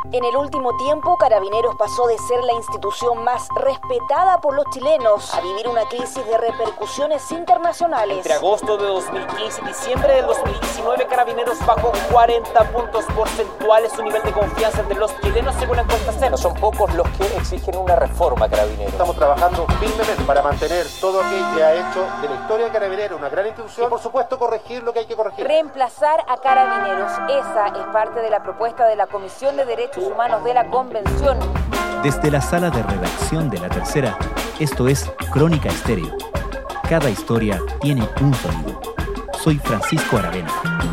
En el último tiempo, Carabineros pasó de ser la institución más respetada por los chilenos a vivir una crisis de repercusiones internacionales. Entre agosto de 2015 y diciembre de 2019, Carabineros bajó 40 puntos porcentuales su nivel de confianza entre los chilenos, según la encuesta CEP. No son pocos los que exigen una reforma a Carabineros. Estamos trabajando firmemente para mantener todo aquello que ha hecho de la historia de Carabineros una gran institución y, por supuesto, corregir lo que hay que corregir. Reemplazar a Carabineros, esa es parte de la propuesta de la Comisión de Derechos Humanos de la Convención. Desde la sala de redacción de La Tercera, esto es Crónica Estéreo. Cada historia tiene un sonido. Soy Francisco Aravena.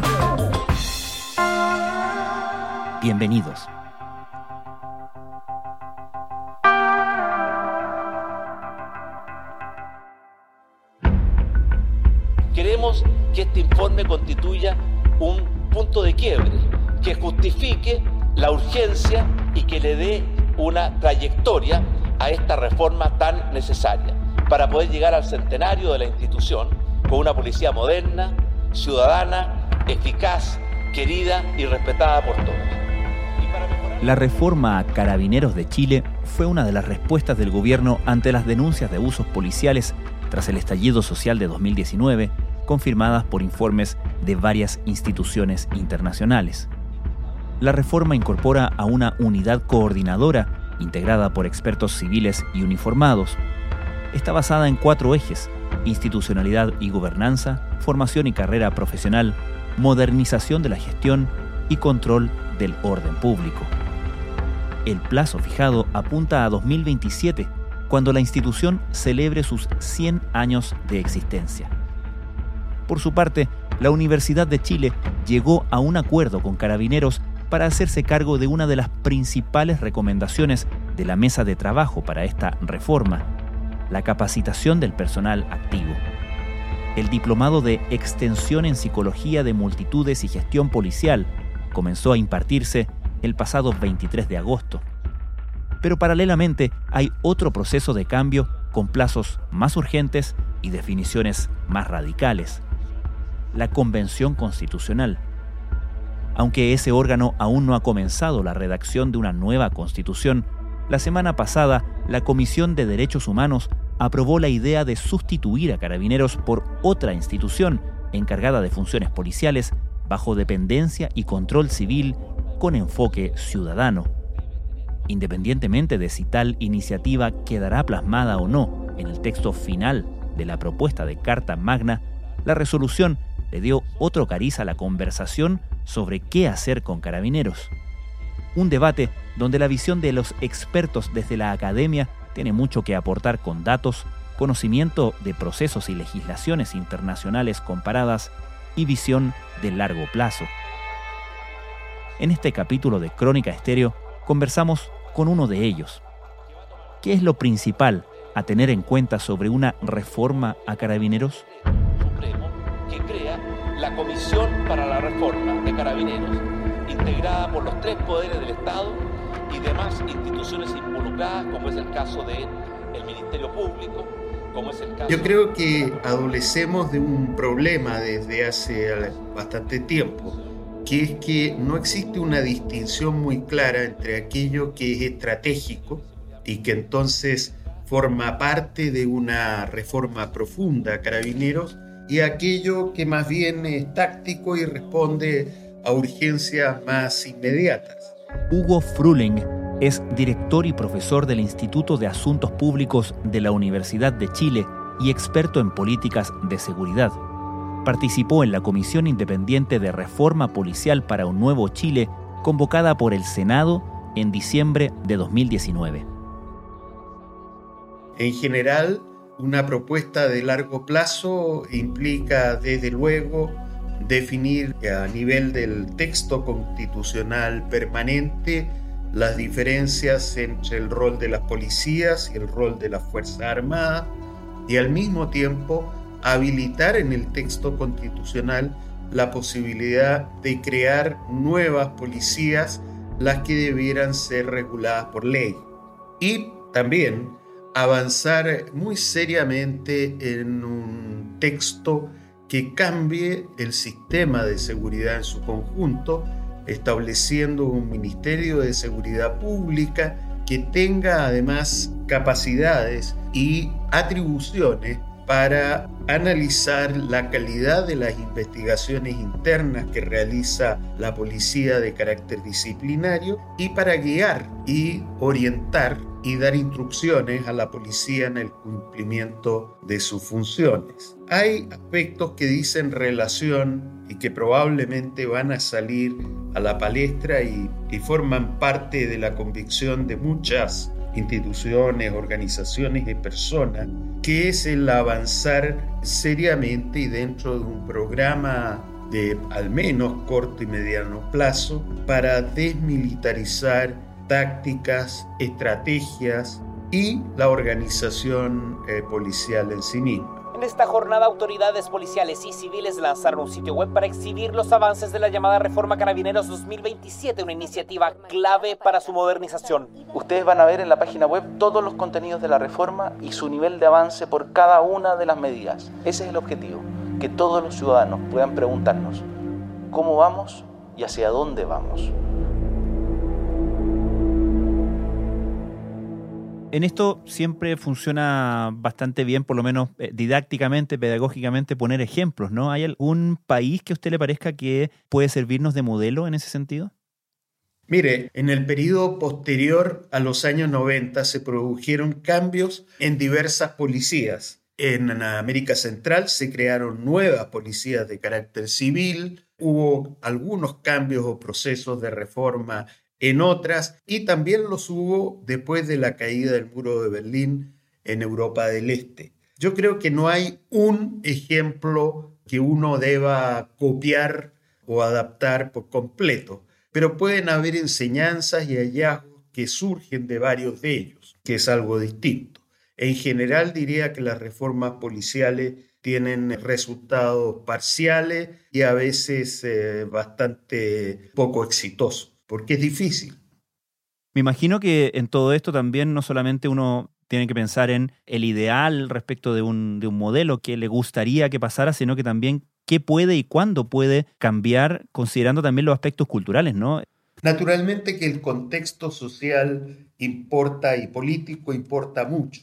Bienvenidos. Queremos que este informe constituya un punto de quiebre, que justifique la urgencia y que le dé una trayectoria a esta reforma tan necesaria para poder llegar al centenario de la institución con una policía moderna, ciudadana, eficaz, querida y respetada por todos. La reforma a Carabineros de Chile fue una de las respuestas del gobierno ante las denuncias de abusos policiales tras el estallido social de 2019, confirmadas por informes de varias instituciones internacionales. La reforma incorpora a una unidad coordinadora integrada por expertos civiles y uniformados. Está basada en 4 ejes: institucionalidad y gobernanza, formación y carrera profesional, modernización de la gestión y control del orden público. El plazo fijado apunta a 2027, cuando la institución celebre sus 100 años de existencia. Por su parte, la Universidad de Chile llegó a un acuerdo con Carabineros para hacerse cargo de una de las principales recomendaciones de la mesa de trabajo para esta reforma: la capacitación del personal activo. El diplomado de Extensión en Psicología de Multitudes y Gestión Policial comenzó a impartirse el pasado 23 de agosto. Pero paralelamente hay otro proceso de cambio con plazos más urgentes y definiciones más radicales: la Convención Constitucional. Aunque ese órgano aún no ha comenzado la redacción de una nueva constitución, la semana pasada la Comisión de Derechos Humanos aprobó la idea de sustituir a Carabineros por otra institución encargada de funciones policiales bajo dependencia y control civil con enfoque ciudadano. Independientemente de si tal iniciativa quedará plasmada o no en el texto final de la propuesta de Carta Magna, la resolución le dio otro cariz a la conversación sobre qué hacer con Carabineros. Un debate donde la visión de los expertos desde la academia tiene mucho que aportar con datos, conocimiento de procesos y legislaciones internacionales comparadas y visión de largo plazo. En este capítulo de Crónica Estéreo conversamos con uno de ellos. ¿Qué es lo principal a tener en cuenta sobre una reforma a Carabineros? Supremo, que crea la Comisión para la Reforma de Carabineros, integrada por los 3 poderes del Estado y demás instituciones involucradas, como es el caso del Ministerio Público, como es el caso... Yo creo que adolecemos de un problema desde hace bastante tiempo, que es que no existe una distinción muy clara entre aquello que es estratégico y que entonces forma parte de una reforma profunda a Carabineros, y aquello que más bien es táctico y responde a urgencias más inmediatas. Hugo Fruling es director y profesor del Instituto de Asuntos Públicos de la Universidad de Chile y experto en políticas de seguridad. Participó en la Comisión Independiente de Reforma Policial para un Nuevo Chile, convocada por el Senado en diciembre de 2019. En general, una propuesta de largo plazo implica, desde luego, definir a nivel del texto constitucional permanente las diferencias entre el rol de las policías y el rol de las Fuerzas Armadas, y al mismo tiempo habilitar en el texto constitucional la posibilidad de crear nuevas policías, las que debieran ser reguladas por ley. Y también avanzar muy seriamente en un texto que cambie el sistema de seguridad en su conjunto estableciendo un Ministerio de Seguridad Pública que tenga además capacidades y atribuciones para analizar la calidad de las investigaciones internas que realiza la policía de carácter disciplinario y para guiar y orientar y dar instrucciones a la policía en el cumplimiento de sus funciones. Hay aspectos que dicen relación y que probablemente van a salir a la palestra y forman parte de la convicción de muchas instituciones, organizaciones y personas, que es el avanzar seriamente y dentro de un programa de al menos corto y mediano plazo para desmilitarizar tácticas, estrategias y la organización policial en sí misma. En esta jornada, autoridades policiales y civiles lanzaron un sitio web para exhibir los avances de la llamada Reforma Carabineros 2027, una iniciativa clave para su modernización. Ustedes van a ver en la página web todos los contenidos de la reforma y su nivel de avance por cada una de las medidas. Ese es el objetivo, que todos los ciudadanos puedan preguntarnos cómo vamos y hacia dónde vamos. En esto siempre funciona bastante bien, por lo menos didácticamente, pedagógicamente, poner ejemplos, ¿no? ¿Hay algún país que a usted le parezca que puede servirnos de modelo en ese sentido? Mire, en el periodo posterior a los años 90 se produjeron cambios en diversas policías. En América Central se crearon nuevas policías de carácter civil, hubo algunos cambios o procesos de reforma en otras, y también los hubo después de la caída del muro de Berlín en Europa del Este. Yo creo que no hay un ejemplo que uno deba copiar o adaptar por completo, pero pueden haber enseñanzas y hallazgos que surgen de varios de ellos, que es algo distinto. En general diría que las reformas policiales tienen resultados parciales y a veces bastante poco exitosos, porque es difícil. Me imagino que en todo esto también no solamente uno tiene que pensar en el ideal respecto de un modelo que le gustaría que pasara, sino que también qué puede y cuándo puede cambiar, considerando también los aspectos culturales, ¿no? Naturalmente que el contexto social importa y político importa mucho.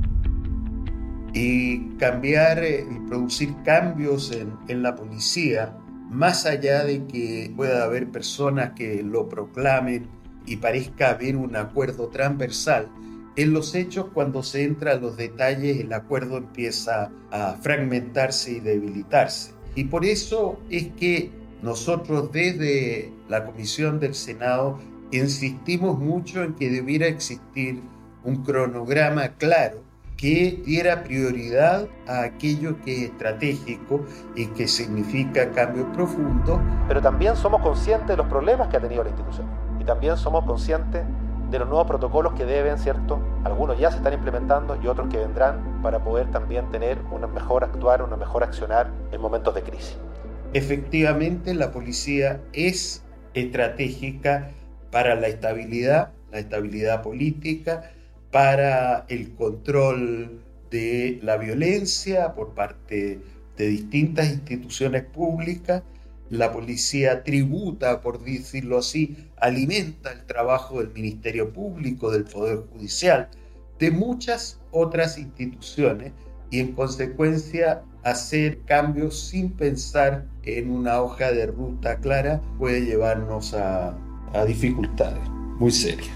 Y cambiar y producir cambios en la policía, más allá de que pueda haber personas que lo proclamen y parezca haber un acuerdo transversal, en los hechos, cuando se entra a los detalles, el acuerdo empieza a fragmentarse y debilitarse. Y por eso es que nosotros desde la Comisión del Senado insistimos mucho en que debiera existir un cronograma claro que diera prioridad a aquello que es estratégico y que significa cambios profundos. Pero también somos conscientes de los problemas que ha tenido la institución y también somos conscientes de los nuevos protocolos que deben, ¿cierto? Algunos ya se están implementando y otros que vendrán para poder también tener una mejor actuar, una mejor accionar en momentos de crisis. Efectivamente, la policía es estratégica para la estabilidad política, para el control de la violencia por parte de distintas instituciones públicas. La policía tributa, por decirlo así, alimenta el trabajo del Ministerio Público, del Poder Judicial, de muchas otras instituciones, y en consecuencia hacer cambios sin pensar en una hoja de ruta clara puede llevarnos a dificultades muy serias.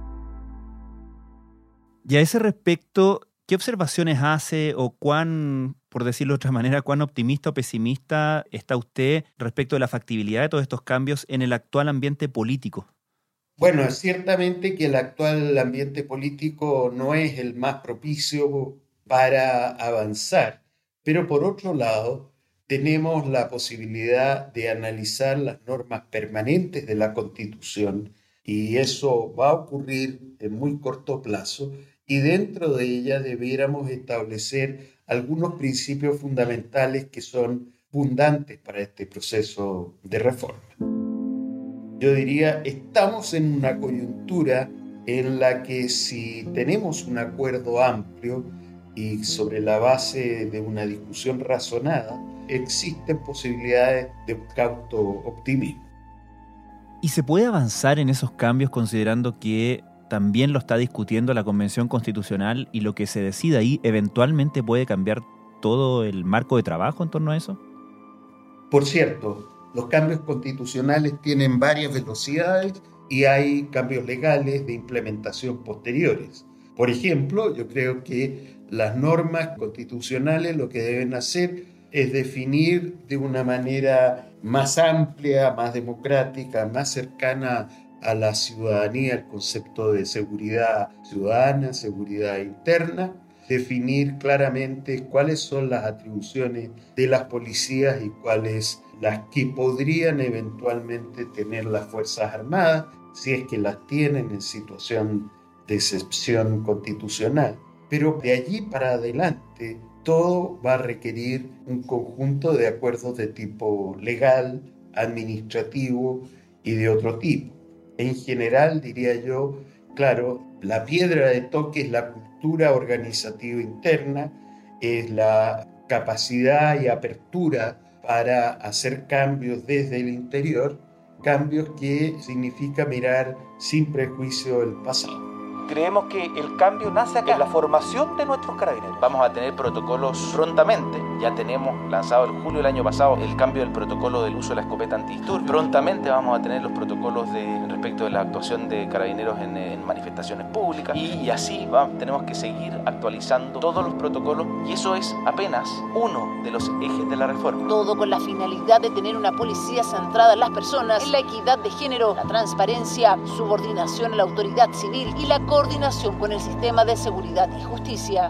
Y a ese respecto, ¿qué observaciones hace o cuán, por decirlo de otra manera, cuán optimista o pesimista está usted respecto de la factibilidad de todos estos cambios en el actual ambiente político? Bueno, ciertamente que el actual ambiente político no es el más propicio para avanzar, pero por otro lado tenemos la posibilidad de analizar las normas permanentes de la Constitución, y eso va a ocurrir en muy corto plazo, y dentro de ella debiéramos establecer algunos principios fundamentales que son fundantes para este proceso de reforma. Yo diría, estamos en una coyuntura en la que si tenemos un acuerdo amplio y sobre la base de una discusión razonada, existen posibilidades de un cauto optimismo. ¿Y se puede avanzar en esos cambios considerando que también lo está discutiendo la Convención Constitucional y lo que se decida ahí eventualmente puede cambiar todo el marco de trabajo en torno a eso? Por cierto, los cambios constitucionales tienen varias velocidades y hay cambios legales de implementación posteriores. Por ejemplo, yo creo que las normas constitucionales lo que deben hacer es definir de una manera más amplia, más democrática, más cercana a la ciudadanía el concepto de seguridad ciudadana, seguridad interna, definir claramente cuáles son las atribuciones de las policías y cuáles las que podrían eventualmente tener las Fuerzas Armadas, si es que las tienen en situación de excepción constitucional. Pero de allí para adelante todo va a requerir un conjunto de acuerdos de tipo legal, administrativo y de otro tipo. En general, diría yo, claro, la piedra de toque es la cultura organizativa interna, es la capacidad y apertura para hacer cambios desde el interior, cambios que significa mirar sin prejuicio el pasado. Creemos que el cambio nace acá, en la formación de nuestros carabineros. Vamos a tener protocolos prontamente. Ya tenemos lanzado el julio del año pasado el cambio del protocolo del uso de la escopeta antidisturbios. Prontamente vamos a tener los protocolos respecto de la actuación de carabineros en manifestaciones públicas. Y así tenemos que seguir actualizando todos los protocolos. Y eso es apenas uno de los ejes de la reforma. Todo con la finalidad de tener una policía centrada en las personas, en la equidad de género, la transparencia, subordinación a la autoridad civil y la coordinación con el sistema de seguridad y justicia.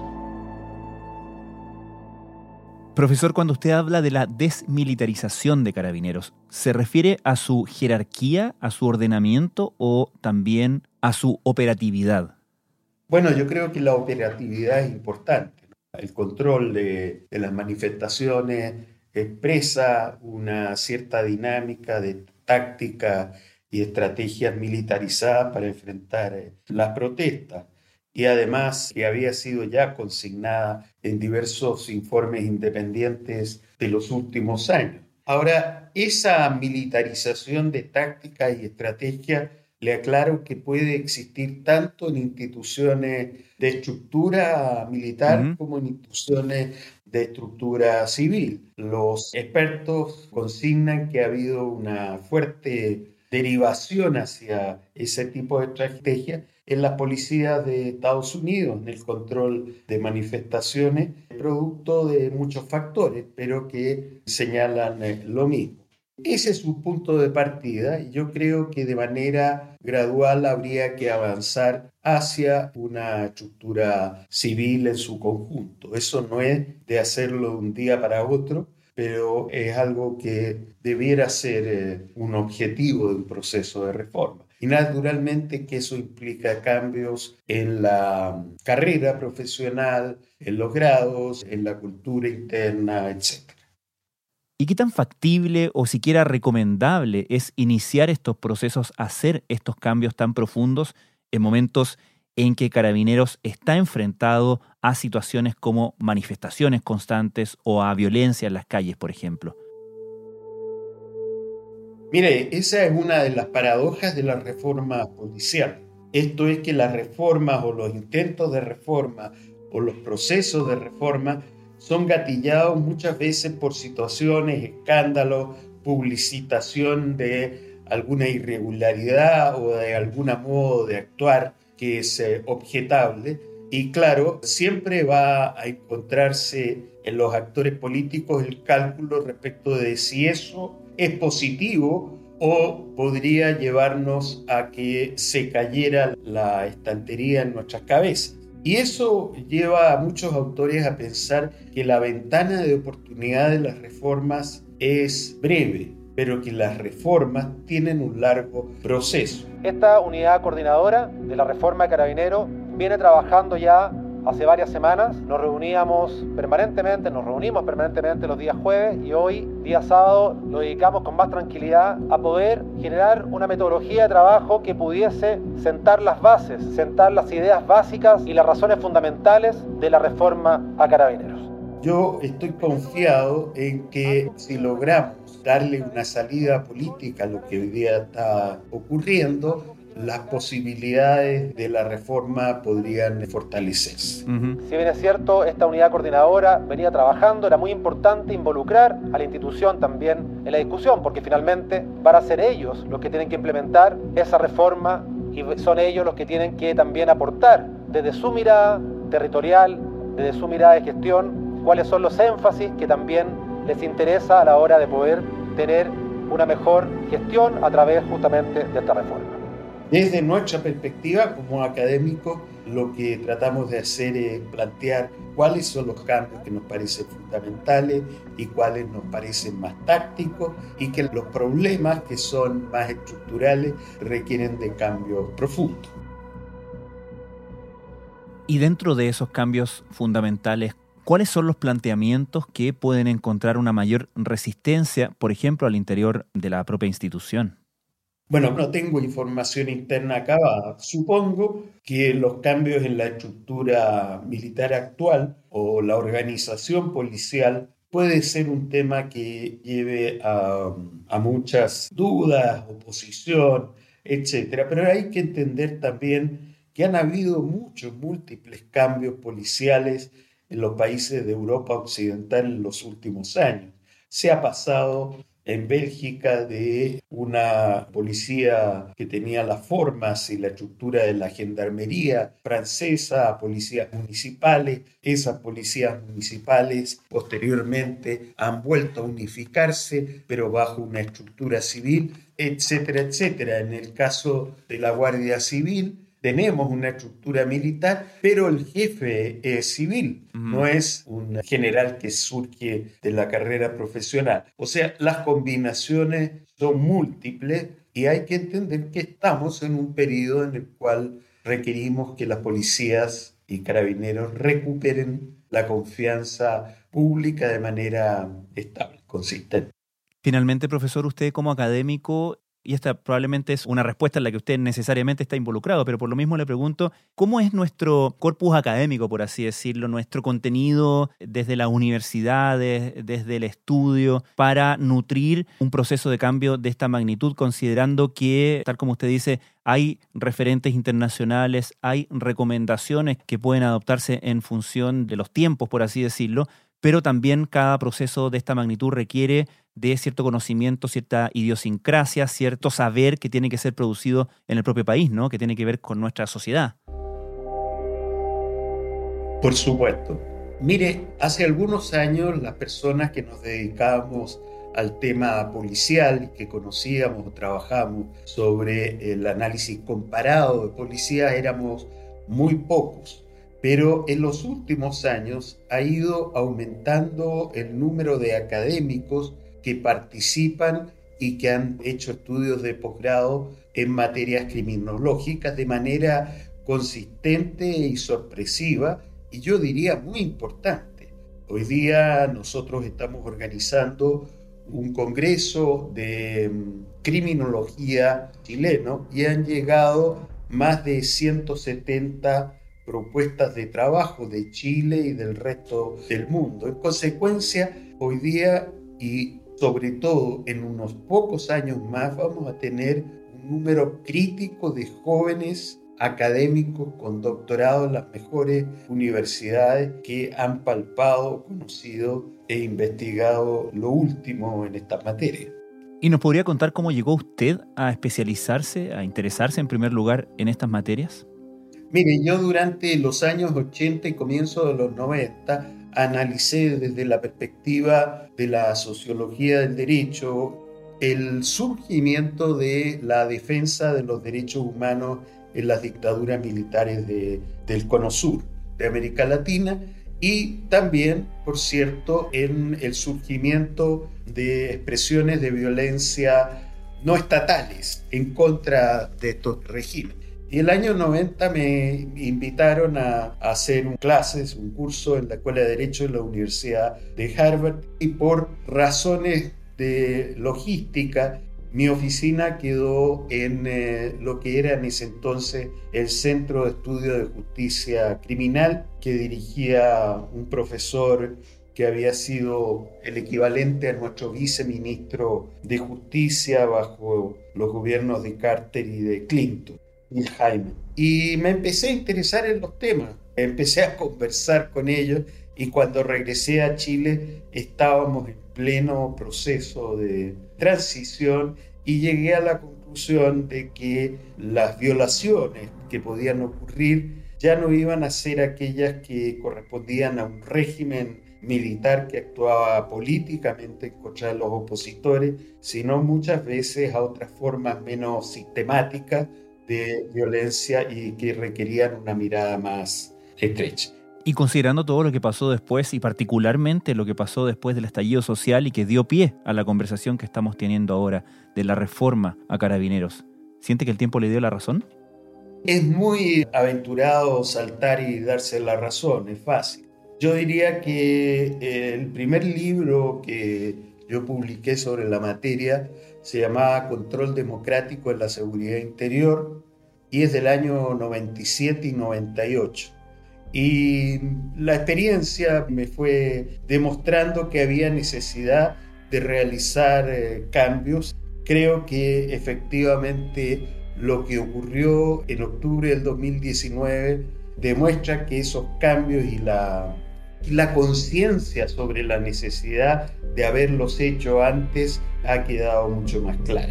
Profesor, cuando usted habla de la desmilitarización de Carabineros, ¿se refiere a su jerarquía, a su ordenamiento o también a su operatividad? Bueno, yo creo que la operatividad es importante, ¿no? El control de las manifestaciones expresa una cierta dinámica de táctica y estrategias militarizadas para enfrentar las protestas. Y además que había sido ya consignada en diversos informes independientes de los últimos años. Ahora, esa militarización de tácticas y estrategias, le aclaro que puede existir tanto en instituciones de estructura militar como en instituciones de estructura civil. Los expertos consignan que ha habido una fuerte derivación hacia ese tipo de estrategia en las policías de Estados Unidos, en el control de manifestaciones, producto de muchos factores, pero que señalan lo mismo. Ese es su punto de partida y yo creo que de manera gradual habría que avanzar hacia una estructura civil en su conjunto. Eso no es de hacerlo de un día para otro, pero es algo que debiera ser un objetivo de un proceso de reforma. Y naturalmente que eso implica cambios en la carrera profesional, en los grados, en la cultura interna, etc. ¿Y qué tan factible o siquiera recomendable es iniciar estos procesos, hacer estos cambios tan profundos en momentos en que Carabineros está enfrentado a situaciones como manifestaciones constantes o a violencia en las calles, por ejemplo? Mire, esa es una de las paradojas de la reforma policial. Esto es que las reformas o los intentos de reforma o los procesos de reforma son gatillados muchas veces por situaciones, escándalos, publicitación de alguna irregularidad o de algún modo de actuar que es objetable. Y claro, siempre va a encontrarse en los actores políticos el cálculo respecto de si eso es positivo o podría llevarnos a que se cayera la estantería en nuestras cabezas. Y eso lleva a muchos autores a pensar que la ventana de oportunidad de las reformas es breve, pero que las reformas tienen un largo proceso. Esta unidad coordinadora de la reforma de Carabineros viene trabajando ya hace varias semanas. Nos reunimos permanentemente los días jueves y hoy, día sábado, lo dedicamos con más tranquilidad a poder generar una metodología de trabajo que pudiese sentar las bases, sentar las ideas básicas y las razones fundamentales de la reforma a Carabineros. Yo estoy confiado en que si logramos darle una salida política a lo que hoy día está ocurriendo, las posibilidades de la reforma podrían fortalecerse. Si bien es cierto, esta unidad coordinadora venía trabajando, era muy importante involucrar a la institución también en la discusión, porque finalmente van a ser ellos los que tienen que implementar esa reforma y son ellos los que tienen que también aportar desde su mirada territorial, desde su mirada de gestión, cuáles son los énfasis que también les interesa a la hora de poder tener una mejor gestión a través justamente de esta reforma. Desde nuestra perspectiva como académicos, lo que tratamos de hacer es plantear cuáles son los cambios que nos parecen fundamentales y cuáles nos parecen más tácticos, y que los problemas que son más estructurales requieren de cambios profundos. Y dentro de esos cambios fundamentales, ¿cuáles son los planteamientos que pueden encontrar una mayor resistencia, por ejemplo, al interior de la propia institución? Bueno, no tengo información interna acabada. Supongo que los cambios en la estructura militar actual o la organización policial puede ser un tema que lleve a muchas dudas, oposición, etc. Pero hay que entender también que han habido múltiples cambios policiales en los países de Europa Occidental en los últimos años. Se ha pasado en Bélgica de una policía que tenía las formas y la estructura de la gendarmería francesa a policías municipales. Esas policías municipales posteriormente han vuelto a unificarse, pero bajo una estructura civil, etcétera, etcétera. En el caso de la Guardia Civil, tenemos una estructura militar, pero el jefe es civil, no es un general que surge de la carrera profesional. O sea, las combinaciones son múltiples y hay que entender que estamos en un periodo en el cual requerimos que las policías y carabineros recuperen la confianza pública de manera estable, consistente. Finalmente, profesor, usted como académico, y esta probablemente es una respuesta en la que usted necesariamente está involucrado, pero por lo mismo le pregunto, ¿cómo es nuestro corpus académico, por así decirlo, nuestro contenido desde las universidades, desde el estudio, para nutrir un proceso de cambio de esta magnitud, considerando que, tal como usted dice, hay referentes internacionales, hay recomendaciones que pueden adoptarse en función de los tiempos, por así decirlo, pero también cada proceso de esta magnitud requiere de cierto conocimiento, cierta idiosincrasia, cierto saber que tiene que ser producido en el propio país, ¿no? Que tiene que ver con nuestra sociedad. Por supuesto. Mire, hace algunos años las personas que nos dedicábamos al tema policial y que conocíamos o trabajábamos sobre el análisis comparado de policía éramos muy pocos. Pero en los últimos años ha ido aumentando el número de académicos que participan y que han hecho estudios de posgrado en materias criminológicas de manera consistente y sorpresiva, y yo diría muy importante. Hoy día nosotros estamos organizando un congreso de criminología chileno y han llegado más de 170 propuestas de trabajo de Chile y del resto del mundo. En consecuencia, hoy día y sobre todo en unos pocos años más vamos a tener un número crítico de jóvenes académicos con doctorado en las mejores universidades que han palpado, conocido e investigado lo último en esta materia. ¿Y nos podría contar cómo llegó usted a especializarse, a interesarse en primer lugar en estas materias? Mire, yo durante los años 80 y comienzo de los 90 analicé desde la perspectiva de la sociología del derecho el surgimiento de la defensa de los derechos humanos en las dictaduras militares del Cono Sur de América Latina y también, por cierto, en el surgimiento de expresiones de violencia no estatales en contra de estos regímenes. Y el año 90 me invitaron a hacer un curso en la Escuela de Derecho de la Universidad de Harvard y por razones de logística mi oficina quedó en lo que era en ese entonces el Centro de Estudio de Justicia Criminal que dirigía un profesor que había sido el equivalente a nuestro viceministro de Justicia bajo los gobiernos de Carter y de Clinton, Bill Hyman. Y me empecé a interesar en los temas, empecé a conversar con ellos y cuando regresé a Chile estábamos en pleno proceso de transición y llegué a la conclusión de que las violaciones que podían ocurrir ya no iban a ser aquellas que correspondían a un régimen militar que actuaba políticamente contra los opositores, sino muchas veces a otras formas menos sistemáticas de violencia y que requerían una mirada más estrecha. Y considerando todo lo que pasó después y particularmente lo que pasó después del estallido social y que dio pie a la conversación que estamos teniendo ahora de la reforma a Carabineros, ¿siente que el tiempo le dio la razón? Es muy aventurado saltar y darse la razón, es fácil. Yo diría que el primer libro que yo publiqué sobre la materia se llamaba Control Democrático en la Seguridad Interior y es del año 97 y 98. Y la experiencia me fue demostrando que había necesidad de realizar cambios. Creo que efectivamente lo que ocurrió en octubre del 2019 demuestra que esos cambios y la conciencia sobre la necesidad de haberlos hecho antes ha quedado mucho más clara.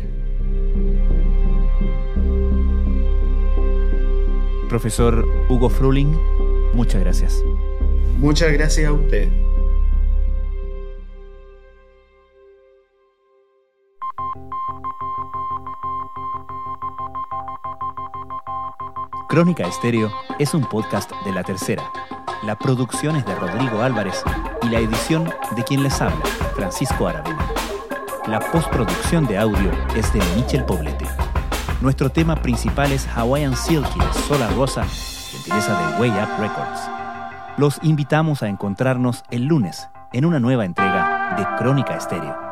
Profesor Hugo Fruhling, muchas gracias. Muchas gracias a usted. Crónica Estéreo es un podcast de La Tercera. La producción es de Rodrigo Álvarez y la edición de quien les habla, Francisco Aravena. La postproducción de audio es de Michel Poblete. Nuestro tema principal es Hawaiian Silky de Sola Rosa, gentileza de Way Up Records. Los invitamos a encontrarnos el lunes en una nueva entrega de Crónica Estéreo.